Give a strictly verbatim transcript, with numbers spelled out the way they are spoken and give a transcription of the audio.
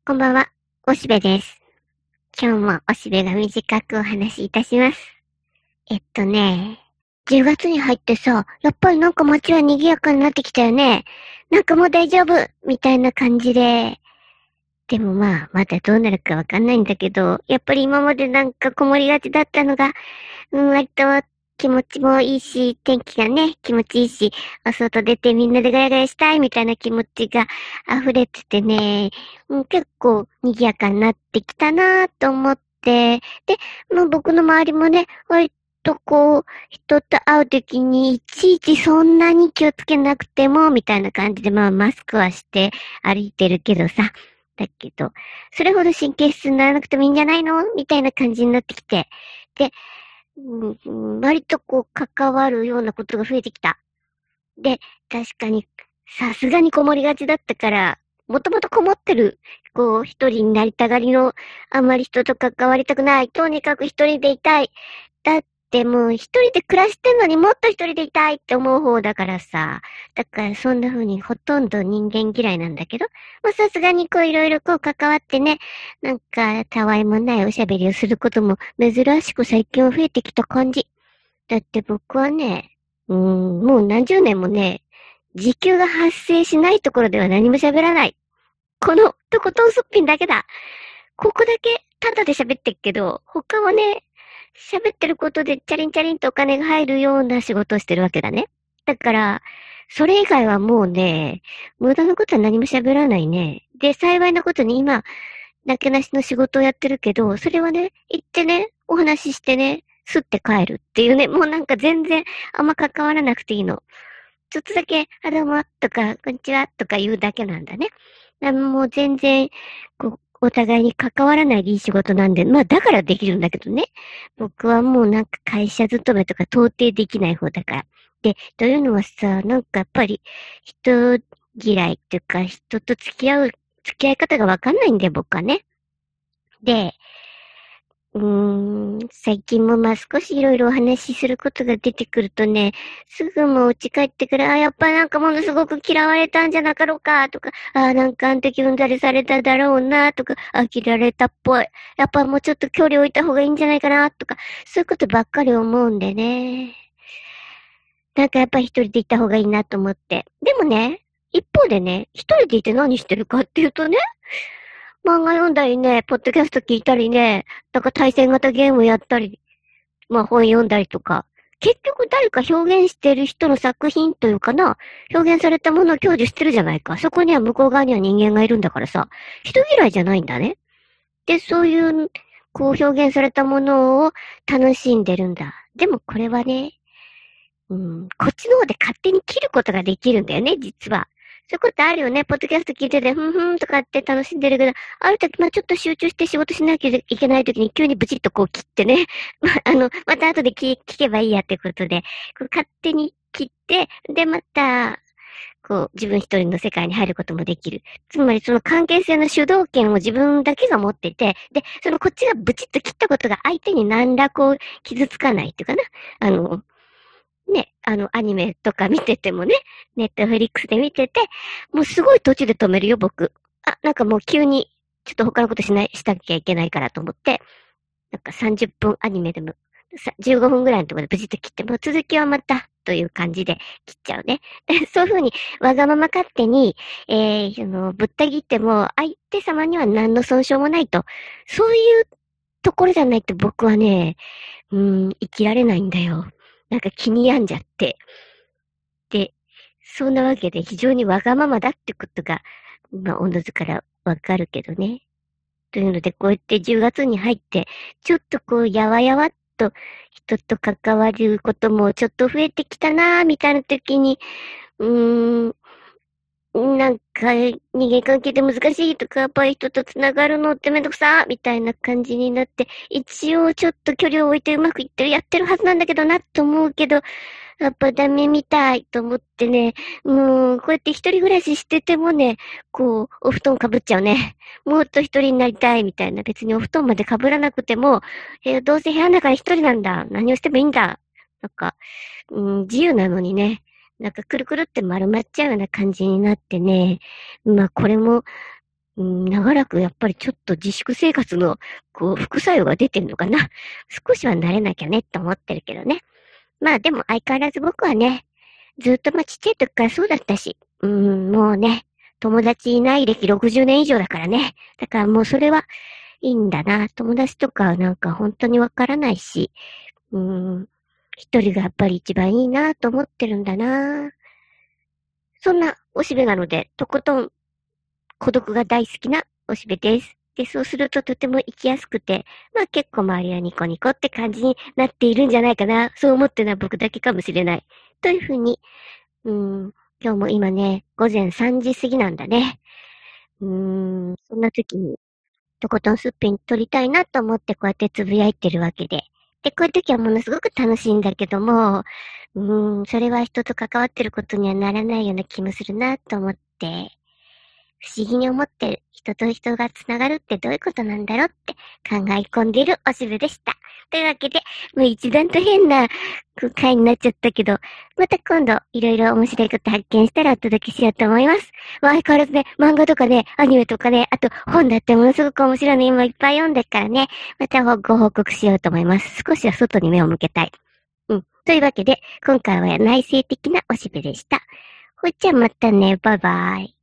こんばんは、おしべです。今日もおしべが短くお話しいたします。えっとね、じゅうがつに入ってさ、やっぱりなんか街は賑やかになってきたよね。なんかもう大丈夫みたいな感じで。でもまあ、まだどうなるかわかんないんだけど、やっぱり今までなんかこもりがちだったのが、うん、割と気持ちもいいし、天気がね、気持ちいいし、お外出てみんなでガヤガヤしたいみたいな気持ちが溢れててね、うん、結構賑やかになってきたなぁと思って、で、まあ僕の周りもね、割とこう、人と会うときにいちいちそんなに気をつけなくても、みたいな感じで、まあマスクはして歩いてるけどさ、だけど、それほど神経質にならなくてもいいんじゃないのみたいな感じになってきて。で、うんうん、割とこう関わるようなことが増えてきた。で、確かに、さすがにこもりがちだったから、もともとこもってる、こう、一人になりたがりの、あんまり人と関わりたくない。とにかく一人でいたい。だってもう一人で暮らしてんのにもっと一人でいたいって思う方だからさ。だからそんな風にほとんど人間嫌いなんだけど、まあさすがにこういろいろこう関わってね、なんかたわいもないおしゃべりをすることも珍しく最近は増えてきた感じ。だって僕はね、うーん、もう何十年もね、時給が発生しないところでは何も喋らない。この、とことんすっぴんだけだ。ここだけ、ただで喋ってるけど、他はね、喋ってることでチャリンチャリンとお金が入るような仕事をしてるわけだね。だから、それ以外はもうね、無駄なことは何も喋らないね。で、幸いなことに今、なけなしの仕事をやってるけど、それはね、行ってね、お話ししてね、すって帰るっていうね、もうなんか全然あんま関わらなくていいの。ちょっとだけ、あ、どうも、とか、こんにちは、とか言うだけなんだね。あもう全然、こう、お互いに関わらないでいい仕事なんで、まあだからできるんだけどね。僕はもうなんか会社勤めとか到底できない方だから。で、というのはさ、なんかやっぱり人嫌いっていうか人と付き合う、付き合い方がわかんないんだよ、僕はね。で、うーん、最近もまあ少しいろいろお話しすることが出てくるとね、すぐもう家帰ってくる、あ、やっぱなんかものすごく嫌われたんじゃなかろうか、とか、あ、なんかあの時うんざりされただろうな、とか、あ、嫌われたっぽい。やっぱもうちょっと距離を置いた方がいいんじゃないかな、とか、そういうことばっかり思うんでね。なんかやっぱり一人で行った方がいいなと思って。でもね、一方でね、一人でいて何してるかっていうとね、漫画読んだりね、ポッドキャスト聞いたりね、なんか対戦型ゲームやったり、まあ本読んだりとか、結局誰か表現してる人の作品というかな、表現されたものを享受してるじゃないか。そこには向こう側には人間がいるんだからさ、人嫌いじゃないんだね。で、そういう、こう表現されたものを楽しんでるんだ。でもこれはね、うん、こっちの方で勝手に切ることができるんだよね、実は。そういうことあるよね。ポッドキャスト聞いてて、ふんふんとかって楽しんでるけど、ある時、まあちょっと集中して仕事しなきゃいけない時に急にブチッとこう切ってね。まあ、あの、また後で聞聞けばいいやってことで、こう勝手に切って、で、また、こう、自分一人の世界に入ることもできる。つまりその関係性の主導権を自分だけが持ってて、で、そのこっちがブチッと切ったことが相手に何らこう、傷つかないっていうかな。あの、ね、あの、アニメとか見ててもね、ネットフリックスで見てて、もうすごい途中で止めるよ、僕。あ、なんかもう急に、ちょっと他のことしない、したきゃいけないからと思って、なんかさんじゅっぷんアニメでも、さじゅうごふんぐらいのところでブチッと切って、もう続きはまた、という感じで切っちゃうね。そういうふうに、わがまま勝手に、えー、その、ぶった切っても、相手様には何の損傷もないと。そういうところじゃないと僕はね、うーん、生きられないんだよ。なんか気に病んじゃって。で、そんなわけで非常にわがままだってことが、まあ、おのずからわかるけどね。というので、こうやってじゅうがつに入って、ちょっとこう、やわやわっと人と関わることもちょっと増えてきたなぁ、みたいな時に、うーん、なんか、人間関係で難しいとか、やっぱり人と繋がるのってめんどくさみたいな感じになって、一応ちょっと距離を置いてうまくいってる、やってるはずなんだけどな、と思うけど、やっぱダメみたいと思ってね、もう、こうやって一人暮らししててもね、こう、お布団かぶっちゃうね。もっと一人になりたいみたいな。別にお布団までかぶらなくても、えーどうせ部屋の中で一人なんだ。何をしてもいいんだ。なんか、うん、自由なのにね、なんかくるくるって丸まっちゃうような感じになってね。まあこれも、 うん、長らくやっぱりちょっと自粛生活の、こう、副作用が出てんのかな。少しは慣れなきゃねって思ってるけどね。まあでも相変わらず僕はね、ずっとまあちっちゃい時からそうだったし、うーん、もうね、友達いない歴ろくじゅうねん以上だからね。だからもうそれはいいんだな。友達とかなんか本当にわからないし、うーん、一人がやっぱり一番いいなと思ってるんだな。そんなおしべなので、とことん孤独が大好きなおしべです。で、そうするととても生きやすくて、まあ結構周りはニコニコって感じになっているんじゃないかな。そう思ってるのは僕だけかもしれない。というふうに、うーん、今日も今ね、午前さんじ過ぎなんだね。うーん、そんな時に、とことんすっぴん撮りたいなと思ってこうやってつぶやいてるわけで。で、こういう時はものすごく楽しいんだけども、うーん、それは人と関わってることにはならないような気もするなと思って、不思議に思ってる人と人がつながるってどういうことなんだろうって考え込んでいるおしべでした。というわけで、もう一段と変な回になっちゃったけど、また今度いろいろ面白いこと発見したらお届けしようと思います。まあ相変わらずね、漫画とかね、アニメとかね、あと本だってものすごく面白いの今いっぱい読んでるからね、またご報告しようと思います。少しは外に目を向けたい。うん。というわけで、今回は内省的なおしべでした。ほいじゃあまたね、バイバイ。